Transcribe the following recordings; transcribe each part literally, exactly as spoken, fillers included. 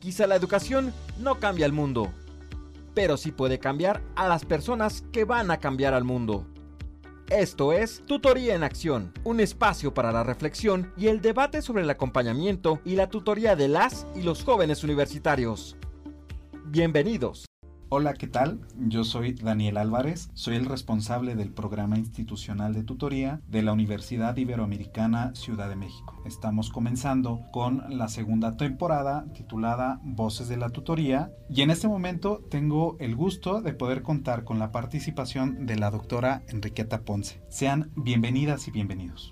Quizá la educación no cambia el mundo, pero sí puede cambiar a las personas que van a cambiar al mundo. Esto es Tutoría en Acción, un espacio para la reflexión y el debate sobre el acompañamiento y la tutoría de las y los jóvenes universitarios. Bienvenidos. Hola, ¿qué tal? Yo soy Daniel Álvarez, soy el responsable del programa institucional de tutoría de la Universidad Iberoamericana Ciudad de México. Estamos comenzando con la segunda temporada titulada Voces de la Tutoría y en este momento tengo el gusto de poder contar con la participación de la doctora Enriqueta Ponce. Sean bienvenidas y bienvenidos.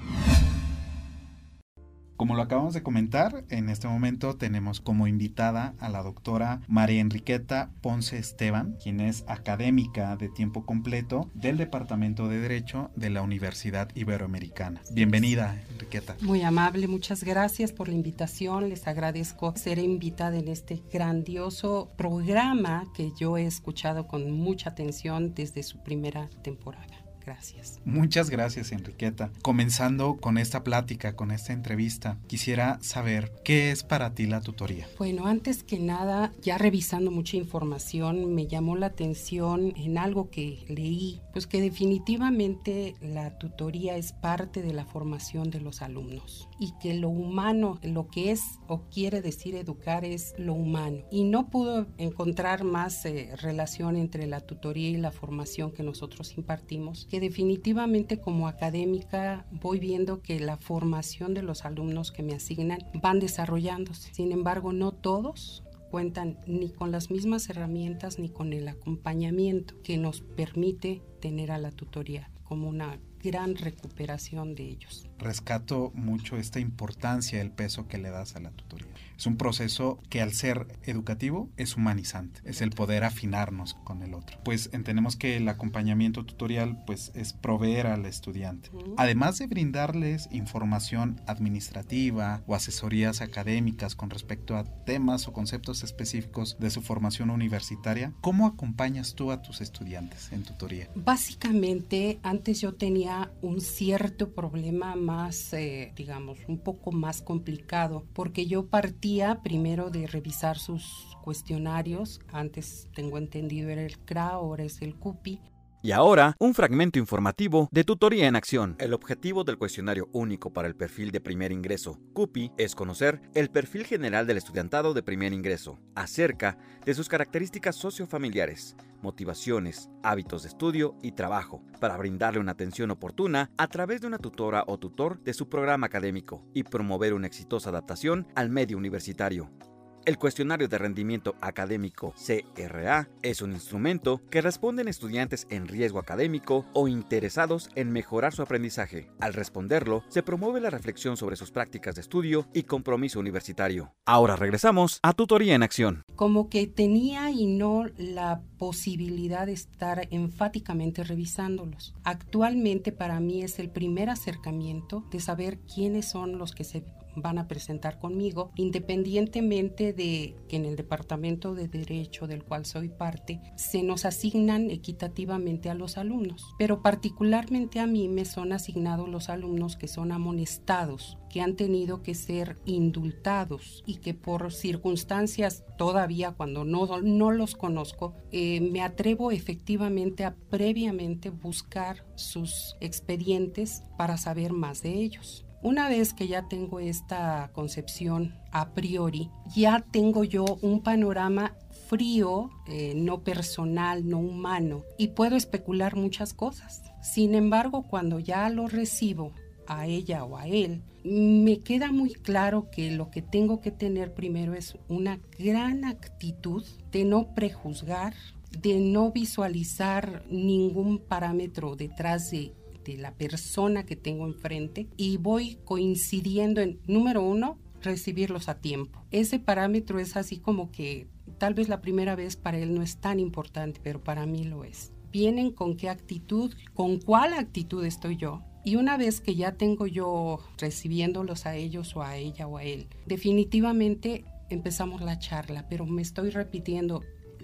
Como lo acabamos de comentar, en este momento tenemos como invitada a la doctora María Enriqueta Ponce Esteban, quien es académica de tiempo completo del Departamento de Derecho de la Universidad Iberoamericana. Bienvenida, Enriqueta. Muy amable, muchas gracias por la invitación. Les agradezco ser invitada en este grandioso programa que yo he escuchado con mucha atención desde su primera temporada. Gracias. Muchas gracias, Enriqueta. Comenzando con esta plática, con esta entrevista, quisiera saber qué es para ti la tutoría. Bueno, antes que nada, ya revisando mucha información, me llamó la atención en algo que leí, pues que definitivamente la tutoría es parte de la formación de los alumnos y que lo humano, lo que es o quiere decir educar es lo humano. Y no pudo encontrar más eh, relación entre la tutoría y la formación que nosotros impartimos, que definitivamente como académica voy viendo que la formación de los alumnos que me asignan van desarrollándose. Sin embargo, no todos cuentan ni con las mismas herramientas ni con el acompañamiento que nos permite tener a la tutoría como una gran recuperación de ellos. Rescato mucho esta importancia del peso que le das a la tutoría. Es un proceso que al ser educativo es humanizante, es el poder afinarnos con el otro. Pues entendemos que el acompañamiento tutorial pues es proveer al estudiante. Uh-huh. Además de brindarles información administrativa o asesorías académicas con respecto a temas o conceptos específicos de su formación universitaria, ¿cómo acompañas tú a tus estudiantes en tutoría? Básicamente, antes yo tenía un cierto problema más, eh, digamos, un poco más complicado, porque yo partía primero de revisar sus cuestionarios. Antes, tengo entendido, era el C R A, ahora es el C U P I. Y ahora, un fragmento informativo de Tutoría en Acción. El objetivo del cuestionario único para el perfil de primer ingreso, C U P I, es conocer el perfil general del estudiantado de primer ingreso, acerca de sus características sociofamiliares, motivaciones, hábitos de estudio y trabajo, para brindarle una atención oportuna a través de una tutora o tutor de su programa académico y promover una exitosa adaptación al medio universitario. El cuestionario de rendimiento académico C R A es un instrumento que responden estudiantes en riesgo académico o interesados en mejorar su aprendizaje. Al responderlo, se promueve la reflexión sobre sus prácticas de estudio y compromiso universitario. Ahora regresamos a Tutoría en Acción. Como que tenía y no la posibilidad de estar enfáticamente revisándolos. Actualmente para mí es el primer acercamiento de saber quiénes son los que se van a presentar conmigo, independientemente de que en el Departamento de Derecho del cual soy parte, se nos asignan equitativamente a los alumnos, pero particularmente a mí me son asignados los alumnos que son amonestados, que han tenido que ser indultados y que por circunstancias todavía cuando no, no los conozco, eh, me atrevo efectivamente a previamente buscar sus expedientes para saber más de ellos. Una vez que ya tengo esta concepción a priori, ya tengo yo un panorama frío, eh, no personal, no humano, y puedo especular muchas cosas. Sin embargo, cuando ya lo recibo a ella o a él, me queda muy claro que lo que tengo que tener primero es una gran actitud de no prejuzgar, de no visualizar ningún parámetro detrás de de la persona que tengo enfrente y voy coincidiendo en, número uno, recibirlos a tiempo. Ese parámetro es así como que tal vez la primera vez para él no es tan importante, pero para mí lo es. Vienen con qué actitud, con cuál actitud estoy yo. Y una vez que ya tengo yo recibiéndolos a ellos o a ella o a él, definitivamente empezamos la charla, pero me estoy repitiendo,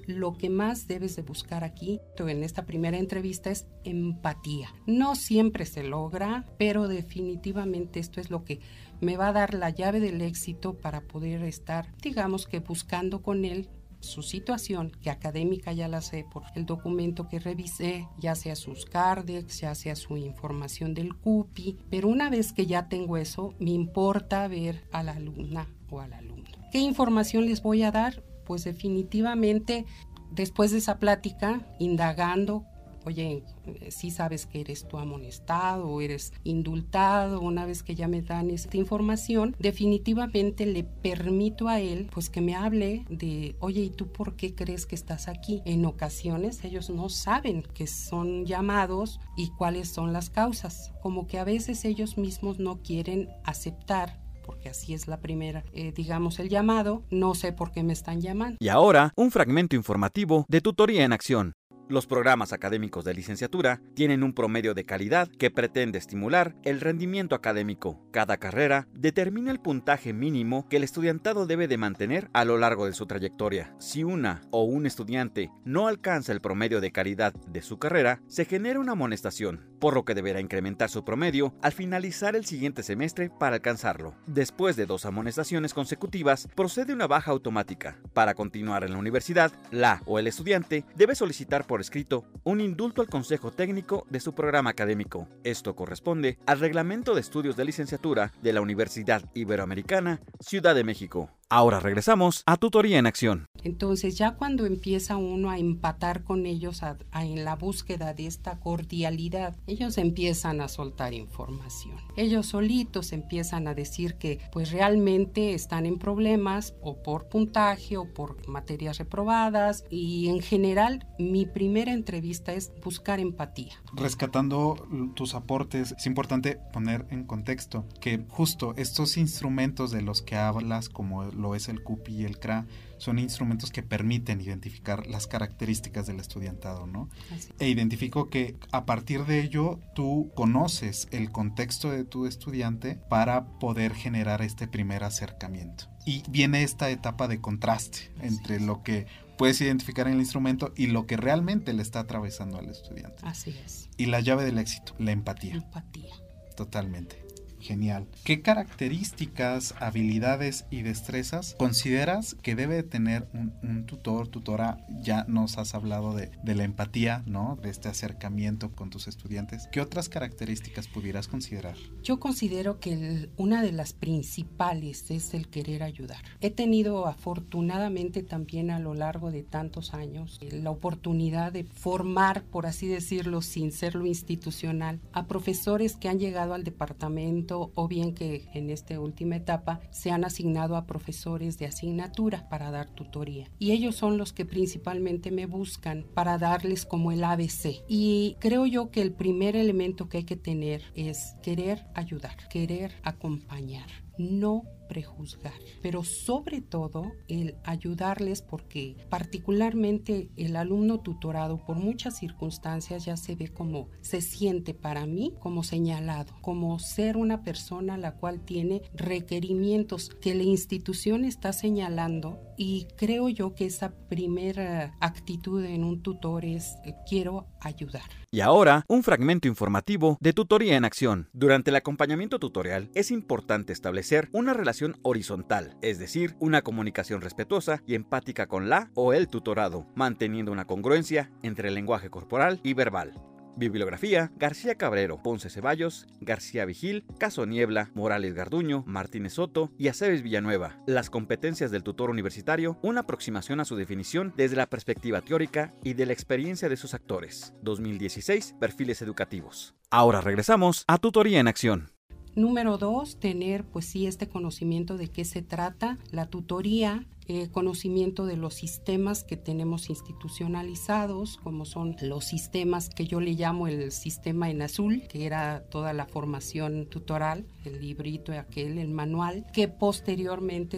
lo que más debes de buscar aquí en esta primera entrevista es empatía. No siempre se logra, pero definitivamente esto es lo que me va a dar la llave del éxito para poder estar, digamos que buscando con él su situación, que académica ya la sé por el documento que revisé, ya sea sus Cardex, ya sea su información del CUPI, pero una vez que ya tengo eso, me importa ver a la alumna o al alumno. ¿Qué información les voy a dar? Pues definitivamente, después de esa plática, indagando, oye, sí sabes que eres tú amonestado o eres indultado. Una vez que ya me dan esta información, definitivamente le permito a él pues que me hable de, oye, ¿y tú por qué crees que estás aquí? En ocasiones ellos no saben que son llamados y cuáles son las causas, como que a veces ellos mismos no quieren aceptar, porque así es la primera, eh, digamos, el llamado, no sé por qué me están llamando. Y ahora, un fragmento informativo de Tutoría en Acción. Los programas académicos de licenciatura tienen un promedio de calidad que pretende estimular el rendimiento académico. Cada carrera determina el puntaje mínimo que el estudiantado debe de mantener a lo largo de su trayectoria. Si una o un estudiante no alcanza el promedio de calidad de su carrera, se genera una amonestación, por lo que deberá incrementar su promedio al finalizar el siguiente semestre para alcanzarlo. Después de dos amonestaciones consecutivas, procede una baja automática. Para continuar en la universidad, la o el estudiante debe solicitar por escrito un indulto al Consejo Técnico de su programa académico. Esto corresponde al Reglamento de Estudios de Licenciatura de la Universidad Iberoamericana, Ciudad de México. Ahora regresamos a Tutoría en Acción. Entonces ya cuando empieza uno a empatar con ellos a, a, en la búsqueda de esta cordialidad, ellos empiezan a soltar información. Ellos solitos empiezan a decir que pues realmente están en problemas o por puntaje o por materias reprobadas, y en general mi primera entrevista es buscar empatía. Rescatando tus aportes, es importante poner en contexto que justo estos instrumentos de los que hablas, como lo es el CUPI y el C R A, son instrumentos que permiten identificar las características del estudiantado, ¿no? Así. E identifico que a partir de ello tú conoces el contexto de tu estudiante para poder generar este primer acercamiento. Y viene esta etapa de contraste entre lo que puedes identificar en el instrumento y lo que realmente le está atravesando al estudiante. Así es. Y la llave del éxito, la empatía. Empatía. Totalmente. Genial. ¿Qué características, habilidades y destrezas consideras que debe tener un, un tutor, tutora? Ya nos has hablado de, de la empatía, ¿no? De este acercamiento con tus estudiantes. ¿Qué otras características pudieras considerar? Yo considero que el, una de las principales es el querer ayudar. He tenido afortunadamente también a lo largo de tantos años la oportunidad de formar, por así decirlo, sin serlo institucional, a profesores que han llegado al departamento, o bien que en esta última etapa se han asignado a profesores de asignatura para dar tutoría. Y ellos son los que principalmente me buscan para darles como el A B C. Y creo yo que el primer elemento que hay que tener es querer ayudar, querer acompañar, no prejuzgar, pero sobre todo el ayudarles, porque particularmente el alumno tutorado por muchas circunstancias ya se ve como, se siente para mí como señalado, como ser una persona la cual tiene requerimientos que la institución está señalando, y creo yo que esa primera actitud en un tutor es eh, quiero ayudar. Y ahora, un fragmento informativo de Tutoría en Acción. Durante el acompañamiento tutorial es importante establecer una relación horizontal, es decir, una comunicación respetuosa y empática con la o el tutorado, manteniendo una congruencia entre el lenguaje corporal y verbal. Bibliografía: García Cabrero, Ponce Ceballos, García Vigil, Caso Niebla, Morales Garduño, Martínez Soto y Aceves Villanueva. Las competencias del tutor universitario, una aproximación a su definición desde la perspectiva teórica y de la experiencia de sus actores. dos mil dieciséis, Perfiles educativos. Ahora regresamos a Tutoría en Acción. Número dos, tener pues sí este conocimiento de qué se trata la tutoría, eh, conocimiento de los sistemas que tenemos institucionalizados, como son los sistemas que yo le llamo el sistema en azul, que era toda la formación tutoral, el librito aquel, el manual, que posteriormente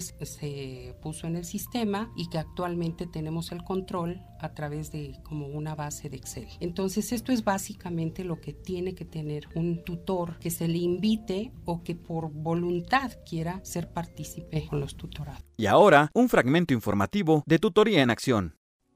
se puso en el sistema y que actualmente tenemos el control a través de como una base de Excel. Entonces esto es básicamente lo que tiene que tener un tutor, que se le invite o que por voluntad quiera ser partícipe con los tutorados. Y ahora, un fragmento informativo de Tutoría en Acción.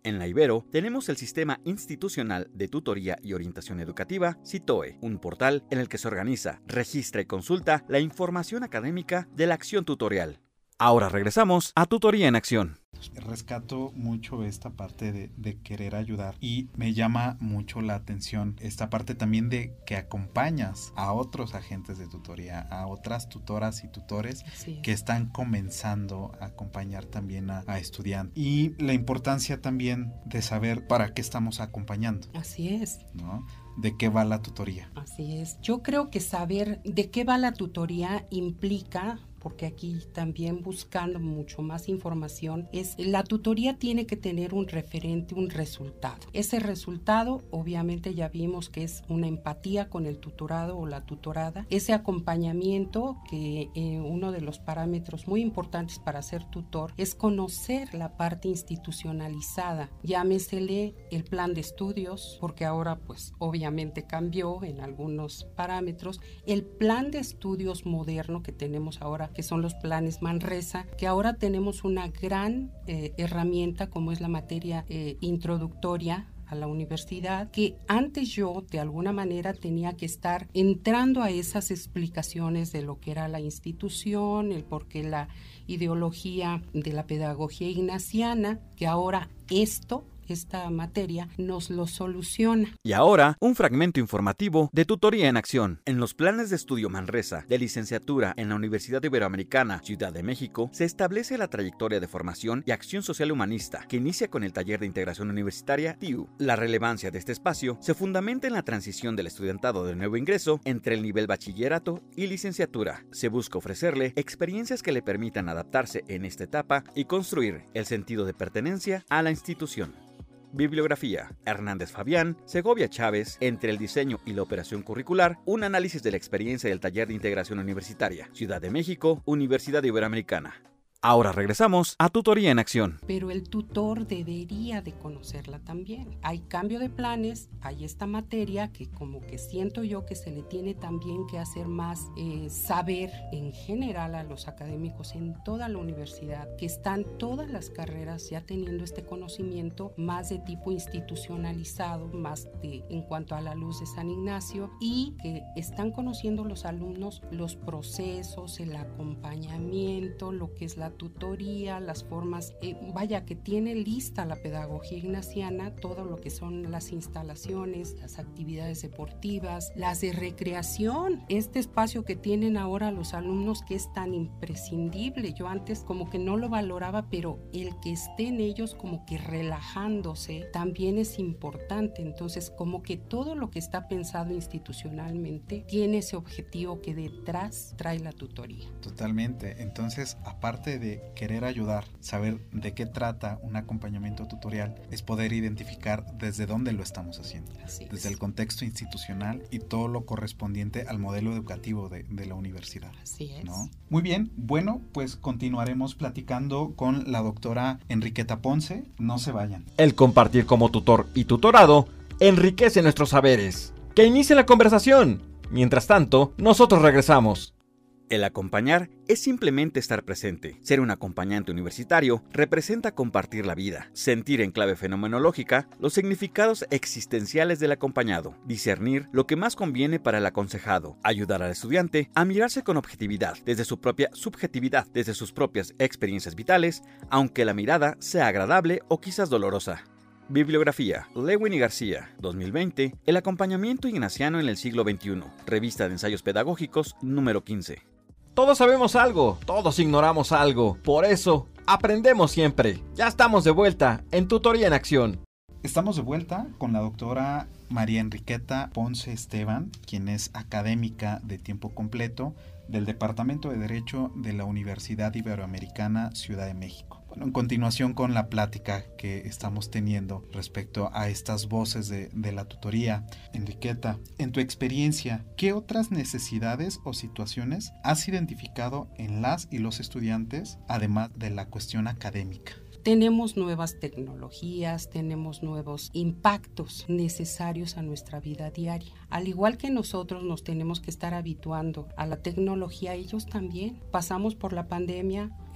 En la Ibero tenemos el Sistema Institucional de Tutoría y Orientación Educativa, SITOE, un portal en el que se organiza, registra y consulta la información académica de la acción tutorial. Ahora regresamos a Tutoría en Acción. Rescato mucho esta parte de, de querer ayudar y me llama mucho la atención esta parte también de que acompañas a otros agentes de tutoría, a otras tutoras y tutores que están comenzando a acompañar también a, a estudiantes, y la importancia también de saber para qué estamos acompañando. Así es. ¿No? ¿De qué va la tutoría? Así es. Yo creo que saber de qué va la tutoría implica, porque aquí también buscando mucho más información, es la tutoría tiene que tener un referente, un resultado. Ese resultado, obviamente ya vimos que es una empatía con el tutorado o la tutorada, ese acompañamiento que eh, uno de los parámetros muy importantes para ser tutor es conocer la parte institucionalizada, llámesele el plan de estudios, porque ahora pues obviamente cambió en algunos parámetros, el plan de estudios moderno que tenemos ahora, que son los planes Manresa, que ahora tenemos una gran eh, herramienta como es la materia eh, introductoria a la universidad, que antes yo de alguna manera tenía que estar entrando a esas explicaciones de lo que era la institución, el por qué la ideología de la pedagogía ignaciana, que ahora esto esta materia nos lo soluciona. Y ahora, un fragmento informativo de Tutoría en Acción. En los planes de estudio Manresa de licenciatura en la Universidad Iberoamericana, Ciudad de México, se establece la trayectoria de formación y acción social humanista, que inicia con el taller de integración universitaria T I U. La relevancia de este espacio se fundamenta en la transición del estudiantado de nuevo ingreso entre el nivel bachillerato y licenciatura. Se busca ofrecerle experiencias que le permitan adaptarse en esta etapa y construir el sentido de pertenencia a la institución. Bibliografía: Hernández Fabián, Segovia Chávez, Entre el diseño y la operación curricular, un análisis de la experiencia del taller de integración universitaria, Ciudad de México, Universidad Iberoamericana. Ahora regresamos a Tutoría en Acción. Pero el tutor debería de conocerla también. Hay cambio de planes, hay esta materia que como que siento yo que se le tiene también que hacer más eh, saber en general a los académicos en toda la universidad, que están todas las carreras ya teniendo este conocimiento más de tipo institucionalizado, más de en cuanto a la luz de San Ignacio, y que están conociendo los alumnos los procesos, el acompañamiento, lo que es la tutoría, las formas, eh, vaya que tiene lista la pedagogía ignaciana, todo lo que son las instalaciones, las actividades deportivas, las de recreación, este espacio que tienen ahora los alumnos que es tan imprescindible. Yo antes como que no lo valoraba, pero el que estén ellos como que relajándose también es importante. Entonces como que todo lo que está pensado institucionalmente tiene ese objetivo que detrás trae la tutoría. Totalmente. Entonces, aparte de querer ayudar, saber de qué trata un acompañamiento tutorial, es poder identificar desde dónde lo estamos haciendo. Así es. Desde el contexto institucional y todo lo correspondiente al modelo educativo de, de la universidad. Así es. ¿No? Muy bien, bueno, pues continuaremos platicando con la doctora Enriqueta Ponce. No se vayan. El compartir como tutor y tutorado enriquece nuestros saberes. ¡Que inicie la conversación! Mientras tanto, nosotros regresamos. El acompañar es simplemente estar presente. Ser un acompañante universitario representa compartir la vida, sentir en clave fenomenológica los significados existenciales del acompañado, discernir lo que más conviene para el aconsejado, ayudar al estudiante a mirarse con objetividad, desde su propia subjetividad, desde sus propias experiencias vitales, aunque la mirada sea agradable o quizás dolorosa. Bibliografía: Lewin y García, dos mil veinte, El acompañamiento ignaciano en el siglo veintiuno, Revista de Ensayos Pedagógicos, número quince. Todos sabemos algo, todos ignoramos algo, por eso aprendemos siempre. Ya estamos de vuelta en Tutoría en Acción. Estamos de vuelta con la doctora María Enriqueta Ponce Esteban, quien es académica de tiempo completo del Departamento de Derecho de la Universidad Iberoamericana, Ciudad de México. Bueno, en continuación con la plática que estamos teniendo respecto a estas voces de, de la tutoría, Enriqueta, en tu experiencia, ¿qué otras necesidades o situaciones has identificado en las y los estudiantes, además de la cuestión académica? Tenemos nuevas tecnologías, tenemos nuevos impactos necesarios a nuestra vida diaria. Al igual que nosotros nos tenemos que estar habituando a la tecnología, ellos también. Pasamos por la pandemia,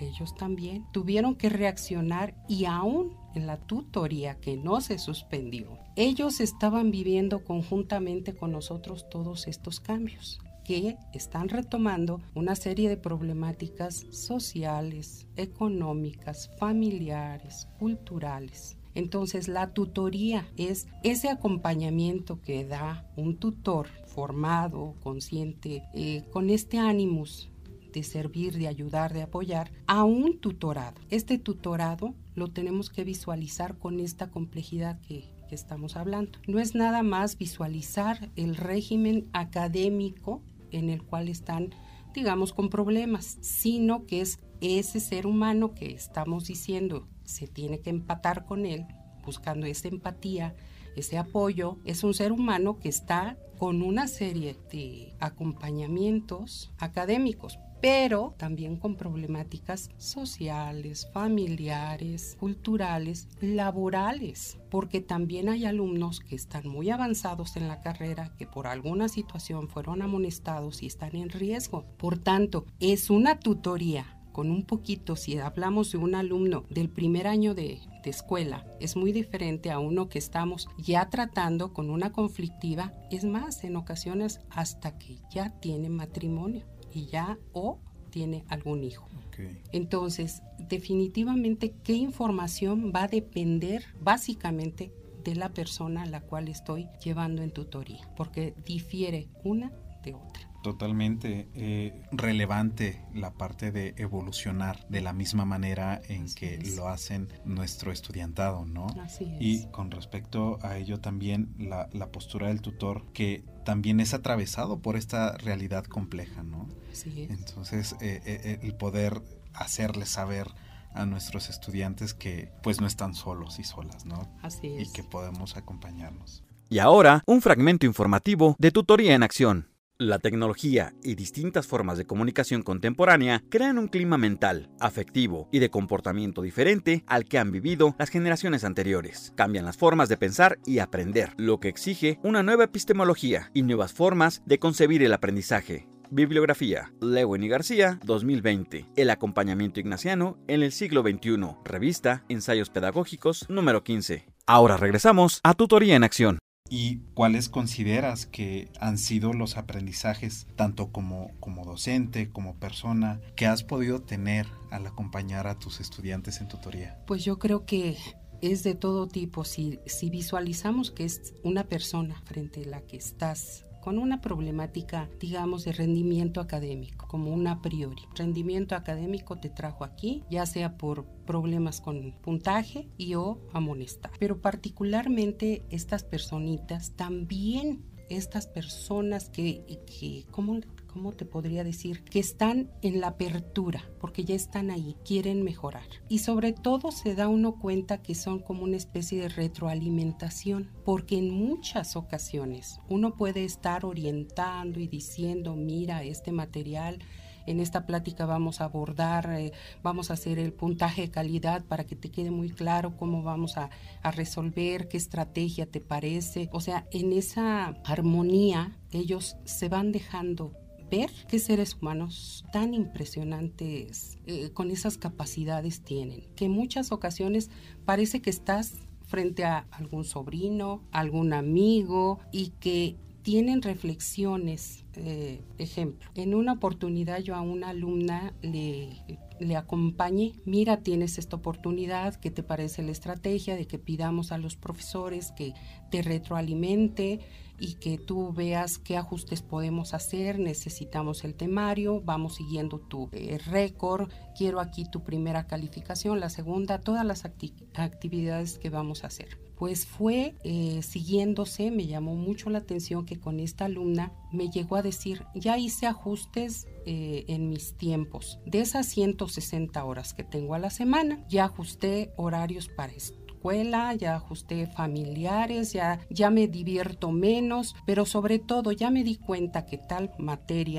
ellos también tuvieron que reaccionar y aún en la tutoría que no se suspendió, ellos estaban viviendo conjuntamente con nosotros todos estos cambios que están retomando una serie de problemáticas sociales, económicas, familiares, culturales. Entonces, la tutoría es ese acompañamiento que da un tutor formado, consciente, eh, con este ánimos de servir, de ayudar, de apoyar a un tutorado. Este tutorado lo tenemos que visualizar con esta complejidad que, que estamos hablando. No es nada más visualizar el régimen académico en el cual están, digamos, con problemas, sino que es ese ser humano que estamos diciendo se tiene que empatar con él, buscando esa empatía, ese apoyo. Es un ser humano que está con una serie de acompañamientos académicos, pero también con problemáticas sociales, familiares, culturales, laborales, porque también hay alumnos que están muy avanzados en la carrera, que por alguna situación fueron amonestados y están en riesgo. Por tanto, es una tutoría con un poquito, si hablamos de un alumno del primer año de, de escuela, es muy diferente a uno que estamos ya tratando con una conflictiva, es más, en ocasiones hasta que ya tiene matrimonio y ya o tiene algún hijo. Okay. Entonces, definitivamente, ¿qué información va a depender básicamente de la persona a la cual estoy llevando en tutoría? Porque difiere una de otra. Totalmente eh, relevante la parte de evolucionar de la misma manera en Así que es. Lo hacen nuestro estudiantado, ¿no? Así es. Y con respecto a ello también la, la postura del tutor, que también es atravesado por esta realidad compleja, ¿no? Así es. Entonces eh, eh, el poder hacerles saber a nuestros estudiantes que pues no están solos y solas, ¿no? Así es. Y que podemos acompañarnos. Y ahora, un fragmento informativo de Tutoría en Acción. La tecnología y distintas formas de comunicación contemporánea crean un clima mental, afectivo y de comportamiento diferente al que han vivido las generaciones anteriores. Cambian las formas de pensar y aprender, lo que exige una nueva epistemología y nuevas formas de concebir el aprendizaje. Bibliografía: Lewin y García, dos mil veinte. El acompañamiento ignaciano en el siglo veintiuno. Revista Ensayos Pedagógicos, número quince. Ahora regresamos a Tutoría en Acción. ¿Y cuáles consideras que han sido los aprendizajes, tanto como, como docente, como persona, que has podido tener al acompañar a tus estudiantes en tutoría? Pues yo creo que es de todo tipo. Si, si visualizamos que es una persona frente a la que estás con una problemática, digamos, de rendimiento académico, como un a priori. Rendimiento académico te trajo aquí, ya sea por problemas con puntaje y o amonestar. Pero particularmente estas personitas, también estas personas que, que ¿cómo, ¿cómo te podría decir? Que están en la apertura, porque ya están ahí, quieren mejorar. Y sobre todo se da uno cuenta que son como una especie de retroalimentación, porque en muchas ocasiones uno puede estar orientando y diciendo, mira, este material, en esta plática vamos a abordar, eh, vamos a hacer el puntaje de calidad para que te quede muy claro cómo vamos a, a resolver, qué estrategia te parece. O sea, en esa armonía ellos se van dejando ver qué seres humanos tan impresionantes eh, con esas capacidades tienen, que en muchas ocasiones parece que estás frente a algún sobrino, algún amigo y que tienen reflexiones. Eh, ejemplo, en una oportunidad yo a una alumna le, le acompañé, mira, tienes esta oportunidad, ¿qué te parece la estrategia de que pidamos a los profesores que te retroalimente y que tú veas qué ajustes podemos hacer? Necesitamos el temario, vamos siguiendo tu eh, récord, quiero aquí tu primera calificación, la segunda, todas las acti- actividades que vamos a hacer. Pues fue eh, siguiéndose, me llamó mucho la atención que con esta alumna me llegó a decir, ya hice ajustes eh, en mis tiempos, de esas ciento sesenta horas que tengo a la semana, ya ajusté horarios para esto. Escuela, ya ajusté familiares, ya, ya me divierto menos, pero sobre todo ya me di cuenta que tal materia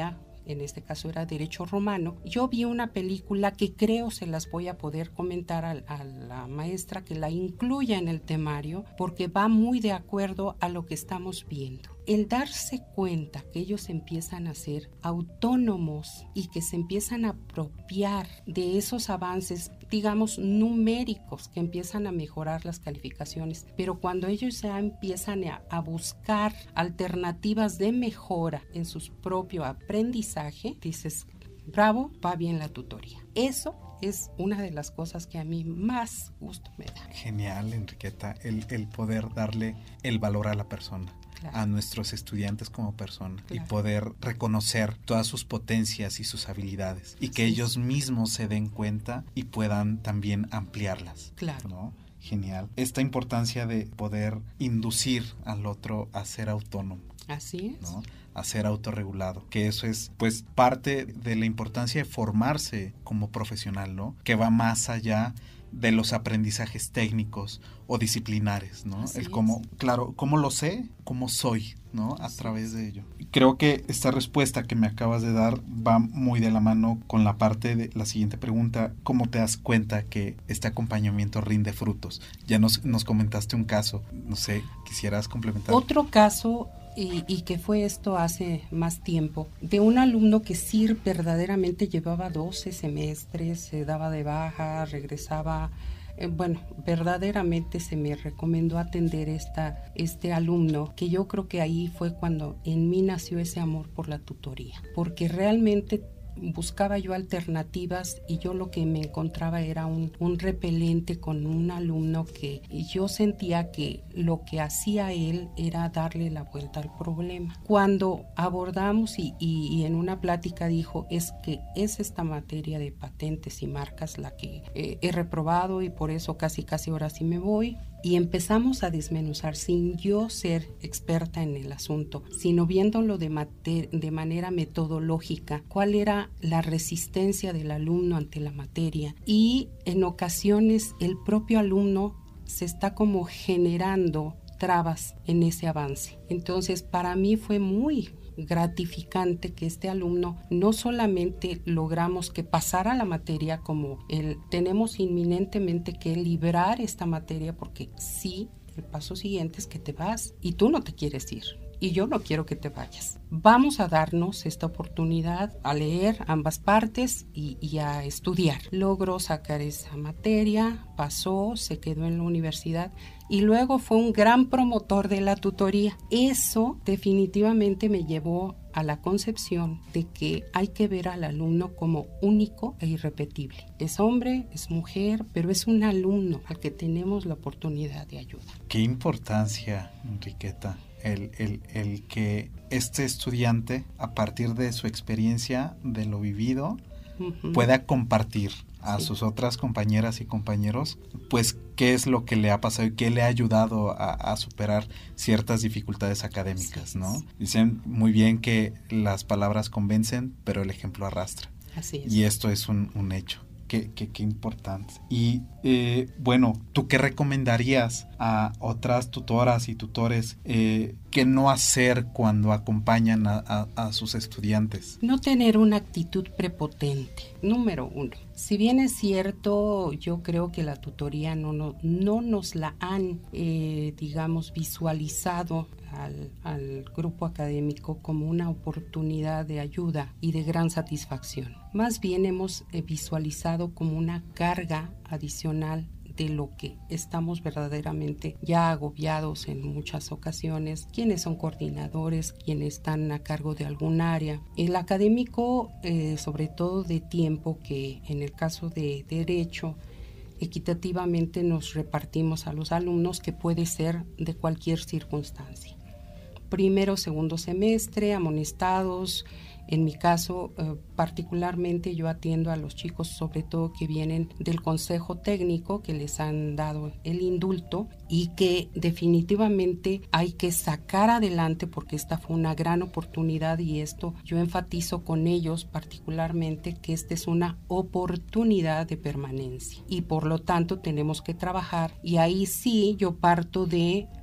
en este caso era Derecho Romano, yo vi una película que creo se las voy a poder comentar a, a la maestra que la incluya en el temario, porque va muy de acuerdo a lo que estamos viendo. El darse cuenta que ellos empiezan a ser autónomos y que se empiezan a apropiar de esos avances, digamos, numéricos, que empiezan a mejorar las calificaciones, pero cuando ellos ya empiezan a, a buscar alternativas de mejora en su propio aprendizaje, dices, bravo, va bien la tutoría. Eso es una de las cosas que a mí más gusto me da. Genial, Enriqueta, el, el poder darle el valor a la persona. Claro. A nuestros estudiantes como persona, claro. Y poder reconocer todas sus potencias y sus habilidades y que sí. ellos mismos se den cuenta y puedan también ampliarlas. Claro. ¿No? Genial. Esta importancia de poder inducir al otro a ser autónomo. Así es. ¿No? A ser autorregulado, que eso es pues parte de la importancia de formarse como profesional, ¿no? Que va más allá de los aprendizajes técnicos o disciplinares, ¿no? Así el cómo, es. Claro, cómo lo sé, cómo soy, ¿no? A Así través es. de ello. Creo que esta respuesta que me acabas de dar va muy de la mano con la parte de la siguiente pregunta: ¿cómo te das cuenta que este acompañamiento rinde frutos? Ya nos, nos comentaste un caso, no sé, quisieras complementar. Otro caso, y, y que fue esto hace más tiempo, de un alumno que sí verdaderamente llevaba doce semestres, se daba de baja, regresaba. Eh, bueno, verdaderamente se me recomendó atender esta, este alumno, que yo creo que ahí fue cuando en mí nació ese amor por la tutoría, porque realmente buscaba yo alternativas y yo lo que me encontraba era un, un repelente con un alumno que yo sentía que lo que hacía él era darle la vuelta al problema. Cuando abordamos y, y, y en una plática dijo, es que es esta materia de patentes y marcas la que eh, he reprobado y por eso casi casi ahora sí me voy. Y empezamos a desmenuzar sin yo ser experta en el asunto, sino viéndolo de, mater- de manera metodológica, cuál era la resistencia del alumno ante la materia. Y en ocasiones el propio alumno se está como generando trabas en ese avance. Entonces para mí fue muy gratificante que este alumno no solamente logramos que pasara la materia como el tenemos inminentemente que librar esta materia, porque sí, el paso siguiente es que te vas y tú no te quieres ir y yo no quiero que te vayas. Vamos a darnos esta oportunidad a leer ambas partes y, y a estudiar. Logró sacar esa materia, pasó, se quedó en la universidad y luego fue un gran promotor de la tutoría. Eso definitivamente me llevó a la concepción de que hay que ver al alumno como único e irrepetible. Es hombre, es mujer, pero es un alumno al que tenemos la oportunidad de ayuda. Qué importancia, Enriqueta, el, el, el que este estudiante, a partir de su experiencia, de lo vivido, uh-huh. pueda compartir a sí. sus otras compañeras y compañeros, pues qué es lo que le ha pasado y qué le ha ayudado a, a superar ciertas dificultades académicas, sí, ¿no? Dicen muy bien que las palabras convencen, pero el ejemplo arrastra. Así es. Y esto es un, un hecho. Qué, qué, qué importante. Y eh, bueno, ¿tú qué recomendarías a otras tutoras y tutores eh, qué no hacer cuando acompañan a, a, a sus estudiantes? No tener una actitud prepotente, número uno. Si bien es cierto, yo creo que la tutoría no, no, no nos la han, eh, digamos, visualizado al, al grupo académico como una oportunidad de ayuda y de gran satisfacción. Más bien hemos eh, visualizado como una carga adicional de lo que estamos verdaderamente ya agobiados en muchas ocasiones, quienes son coordinadores, quienes están a cargo de algún área. El académico, eh, sobre todo de tiempo, que en el caso de Derecho, equitativamente nos repartimos a los alumnos, que puede ser de cualquier circunstancia. Primero, segundo semestre, amonestados. En mi caso, eh, particularmente yo atiendo a los chicos, sobre todo que vienen del consejo técnico, que les han dado el indulto y que definitivamente hay que sacar adelante, porque esta fue una gran oportunidad, y esto yo enfatizo con ellos particularmente, que esta es una oportunidad de permanencia y por lo tanto tenemos que trabajar. Y ahí sí yo parto de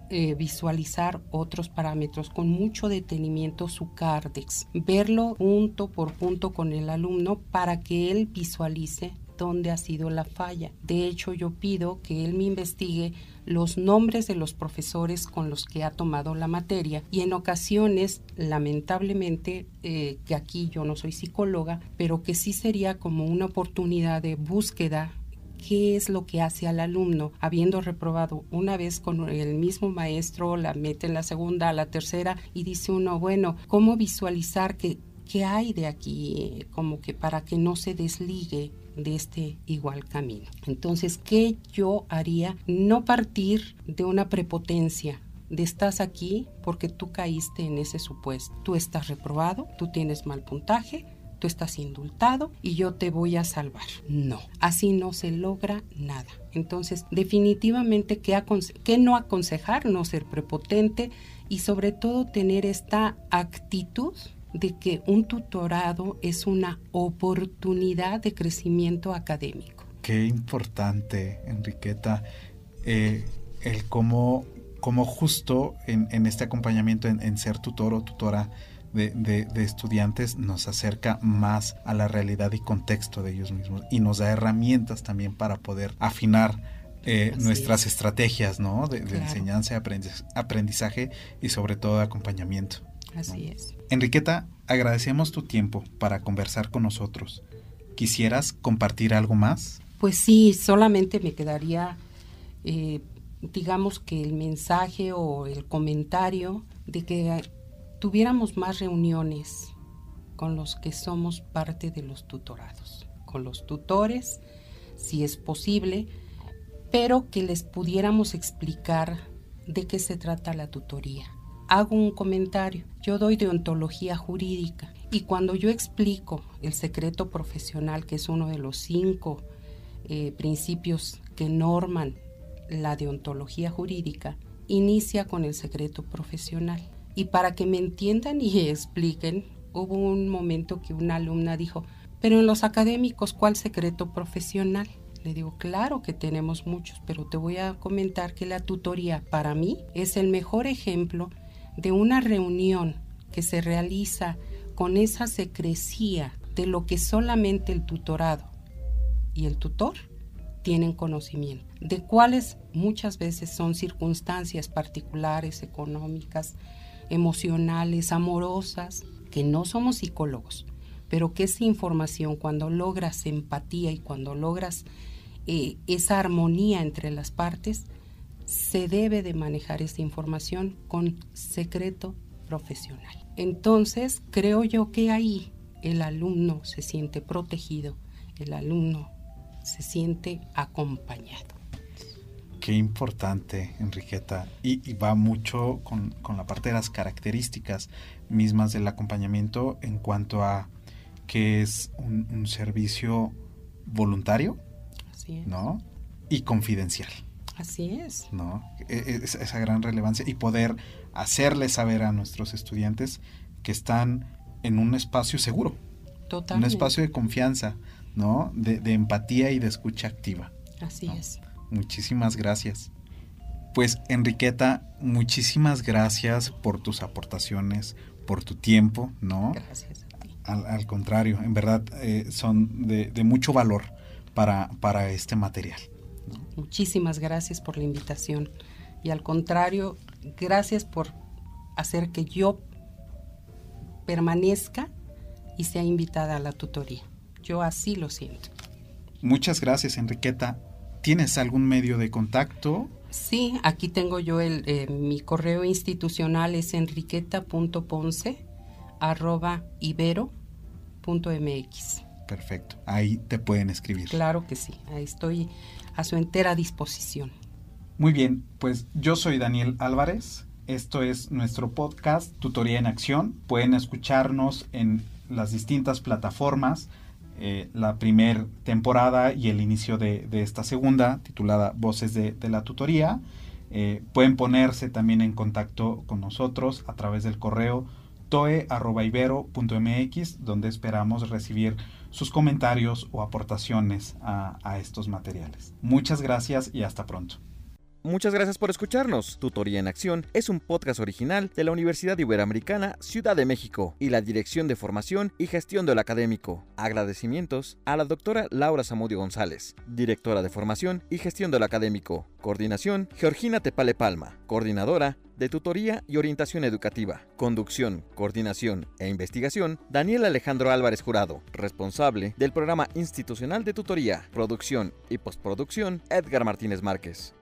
eh, visualizar otros parámetros con mucho detenimiento su Cardex, verlo punto por punto con el alumno para que él visualice dónde ha sido la falla. De hecho, yo pido que él me investigue los nombres de los profesores con los que ha tomado la materia y en ocasiones, lamentablemente, eh, que aquí yo no soy psicóloga, pero que sí sería como una oportunidad de búsqueda. ¿Qué es lo que hace al alumno habiendo reprobado una vez con el mismo maestro, la mete en la segunda, a la tercera y dice uno, bueno, ¿cómo visualizar que qué hay de aquí? Como que para que no se desligue de este igual camino. Entonces, ¿qué yo haría? No partir de una prepotencia, de estás aquí porque tú caíste en ese supuesto. Tú estás reprobado, tú tienes mal puntaje, tú estás indultado y yo te voy a salvar. No, así no se logra nada. Entonces, definitivamente, ¿qué, aconse- qué no aconsejar? No ser prepotente y sobre todo tener esta actitud de que un tutorado es una oportunidad de crecimiento académico. Qué importante, Enriqueta, eh, el cómo, cómo justo en, en este acompañamiento, en, en ser tutor o tutora de, de, de estudiantes, nos acerca más a la realidad y contexto de ellos mismos y nos da herramientas también para poder afinar eh, nuestras es. estrategias, ¿no? de, de claro. enseñanza, aprendiz, aprendizaje y sobre todo de acompañamiento. Así ¿no? es. Enriqueta, agradecemos tu tiempo para conversar con nosotros. ¿Quisieras compartir algo más? Pues sí, solamente me quedaría, eh, digamos que el mensaje o el comentario de que tuviéramos más reuniones con los que somos parte de los tutorados, con los tutores, si es posible, pero que les pudiéramos explicar de qué se trata la tutoría. Hago un comentario, yo doy deontología jurídica y cuando yo explico el secreto profesional, que es uno de los cinco eh, principios que norman la deontología jurídica, inicia con el secreto profesional. Y para que me entiendan y expliquen, hubo un momento que una alumna dijo, pero en los académicos, ¿cuál secreto profesional? Le digo, claro que tenemos muchos, pero te voy a comentar que la tutoría para mí es el mejor ejemplo de una reunión que se realiza con esa secrecía de lo que solamente el tutorado y el tutor tienen conocimiento, de cuáles muchas veces son circunstancias particulares, económicas, emocionales, amorosas, que no somos psicólogos, pero que esa información, cuando logras empatía y cuando logras eh, esa armonía entre las partes, se debe de manejar esta información con secreto profesional. Entonces, creo yo que ahí el alumno se siente protegido, el alumno se siente acompañado. Qué importante, Enriqueta, y, y va mucho con, con la parte de las características mismas del acompañamiento en cuanto a que es un, un servicio voluntario, Así es. ¿no? Y confidencial. Así es. ¿No? Es, esa gran relevancia y poder hacerle saber a nuestros estudiantes que están en un espacio seguro. Totalmente. Un espacio de confianza, ¿no? De, de empatía y de escucha activa. Así ¿no? es. Muchísimas gracias. Pues, Enriqueta, muchísimas gracias por tus aportaciones, por tu tiempo, ¿no? Gracias a ti. Al, al contrario, en verdad eh, son de, de mucho valor para, para este material. Muchísimas gracias por la invitación y al contrario, gracias por hacer que yo permanezca y sea invitada a la tutoría. Yo así lo siento. Muchas gracias, Enriqueta. ¿Tienes algún medio de contacto? Sí, aquí tengo yo el eh, mi correo institucional es enriqueta punto ponce arroba ibero punto mx. Perfecto, ahí te pueden escribir. Claro que sí, ahí estoy a su entera disposición. Muy bien, pues yo soy Daniel Álvarez, esto es nuestro podcast Tutoría en Acción. Pueden escucharnos en las distintas plataformas, eh, la primer temporada y el inicio de, de esta segunda, titulada Voces de, de la Tutoría. Eh, pueden ponerse también en contacto con nosotros a través del correo toe arroba ibero punto mx, donde esperamos recibir sus comentarios o aportaciones a, a estos materiales. Muchas gracias y hasta pronto. Muchas gracias por escucharnos. Tutoría en Acción es un podcast original de la Universidad Iberoamericana Ciudad de México y la Dirección de Formación y Gestión del Académico. Agradecimientos a la doctora Laura Zamudio González, directora de Formación y Gestión del Académico. Coordinación, Georgina Tepale Palma, coordinadora de Tutoría y Orientación Educativa. Conducción, Coordinación e Investigación, Daniel Alejandro Álvarez Jurado, responsable del Programa Institucional de Tutoría. Producción y postproducción, Edgar Martínez Márquez.